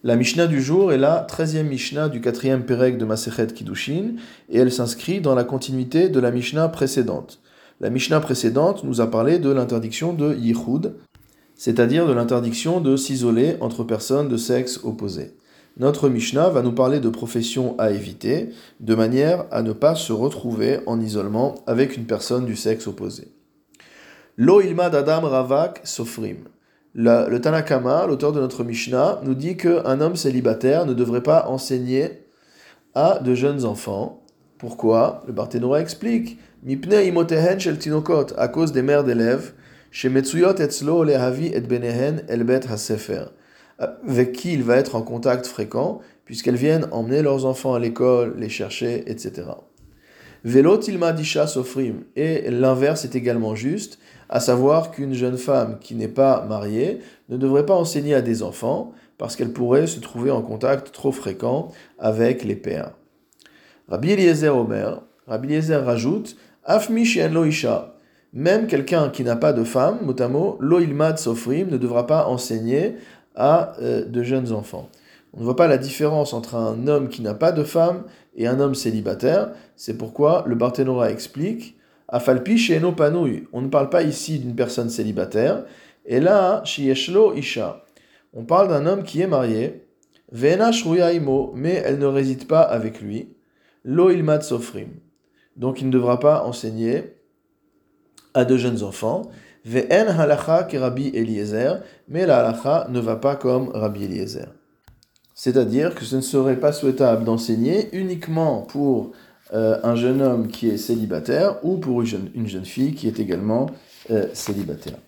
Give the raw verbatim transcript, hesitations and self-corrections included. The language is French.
La Mishnah du jour est la treizième Mishnah du quatrième Pérec de Masechet Kiddushin et elle s'inscrit dans la continuité de la Mishnah précédente. La Mishnah précédente nous a parlé de l'interdiction de Yichud, c'est-à-dire de l'interdiction de s'isoler entre personnes de sexe opposé. Notre Mishnah va nous parler de professions à éviter, de manière à ne pas se retrouver en isolement avec une personne du sexe opposé. Lo ilmad adam ravak sofrim. Le, le Tanakama, l'auteur de notre Mishnah, nous dit qu'un homme célibataire ne devrait pas enseigner à de jeunes enfants. Pourquoi ? Le Barthénora explique Mipnei imotehen shel tinokot, à cause des mères d'élèves, shemetsuyot etzlo lehavi et benehen el bet hasefer, avec qui il va être en contact fréquent, puisqu'elles viennent emmener leurs enfants à l'école, les chercher, et cetera. Velo tilma disha sofrim, et l'inverse est également juste, à savoir qu'une jeune femme qui n'est pas mariée ne devrait pas enseigner à des enfants, parce qu'elle pourrait se trouver en contact trop fréquent avec les pères. Rabbi Eliezer Omer, Rabbi Eliezer rajoute, Afmi she'en lo isha, même quelqu'un qui n'a pas de femme, motamo, lo ilmad sofrim, ne devra pas enseigner à euh, de jeunes enfants. On ne voit pas la différence entre un homme qui n'a pas de femme et un homme célibataire. C'est pourquoi le Barthénora explique Afalpi she'eno panouy. On ne parle pas ici d'une personne célibataire. Et là, sheyeshlo isha. On parle d'un homme qui est marié. Ve'ena shruya imo, mais elle ne réside pas avec lui. Lo ilmad sofrim. Donc il ne devra pas enseigner à de jeunes enfants. Ve'en halacha ki Rabbi Eliezer, mais la halacha ne va pas comme Rabbi Eliezer. C'est-à-dire que ce ne serait pas souhaitable d'enseigner uniquement pour euh, un jeune homme qui est célibataire ou pour une jeune, une jeune fille qui est également euh, célibataire.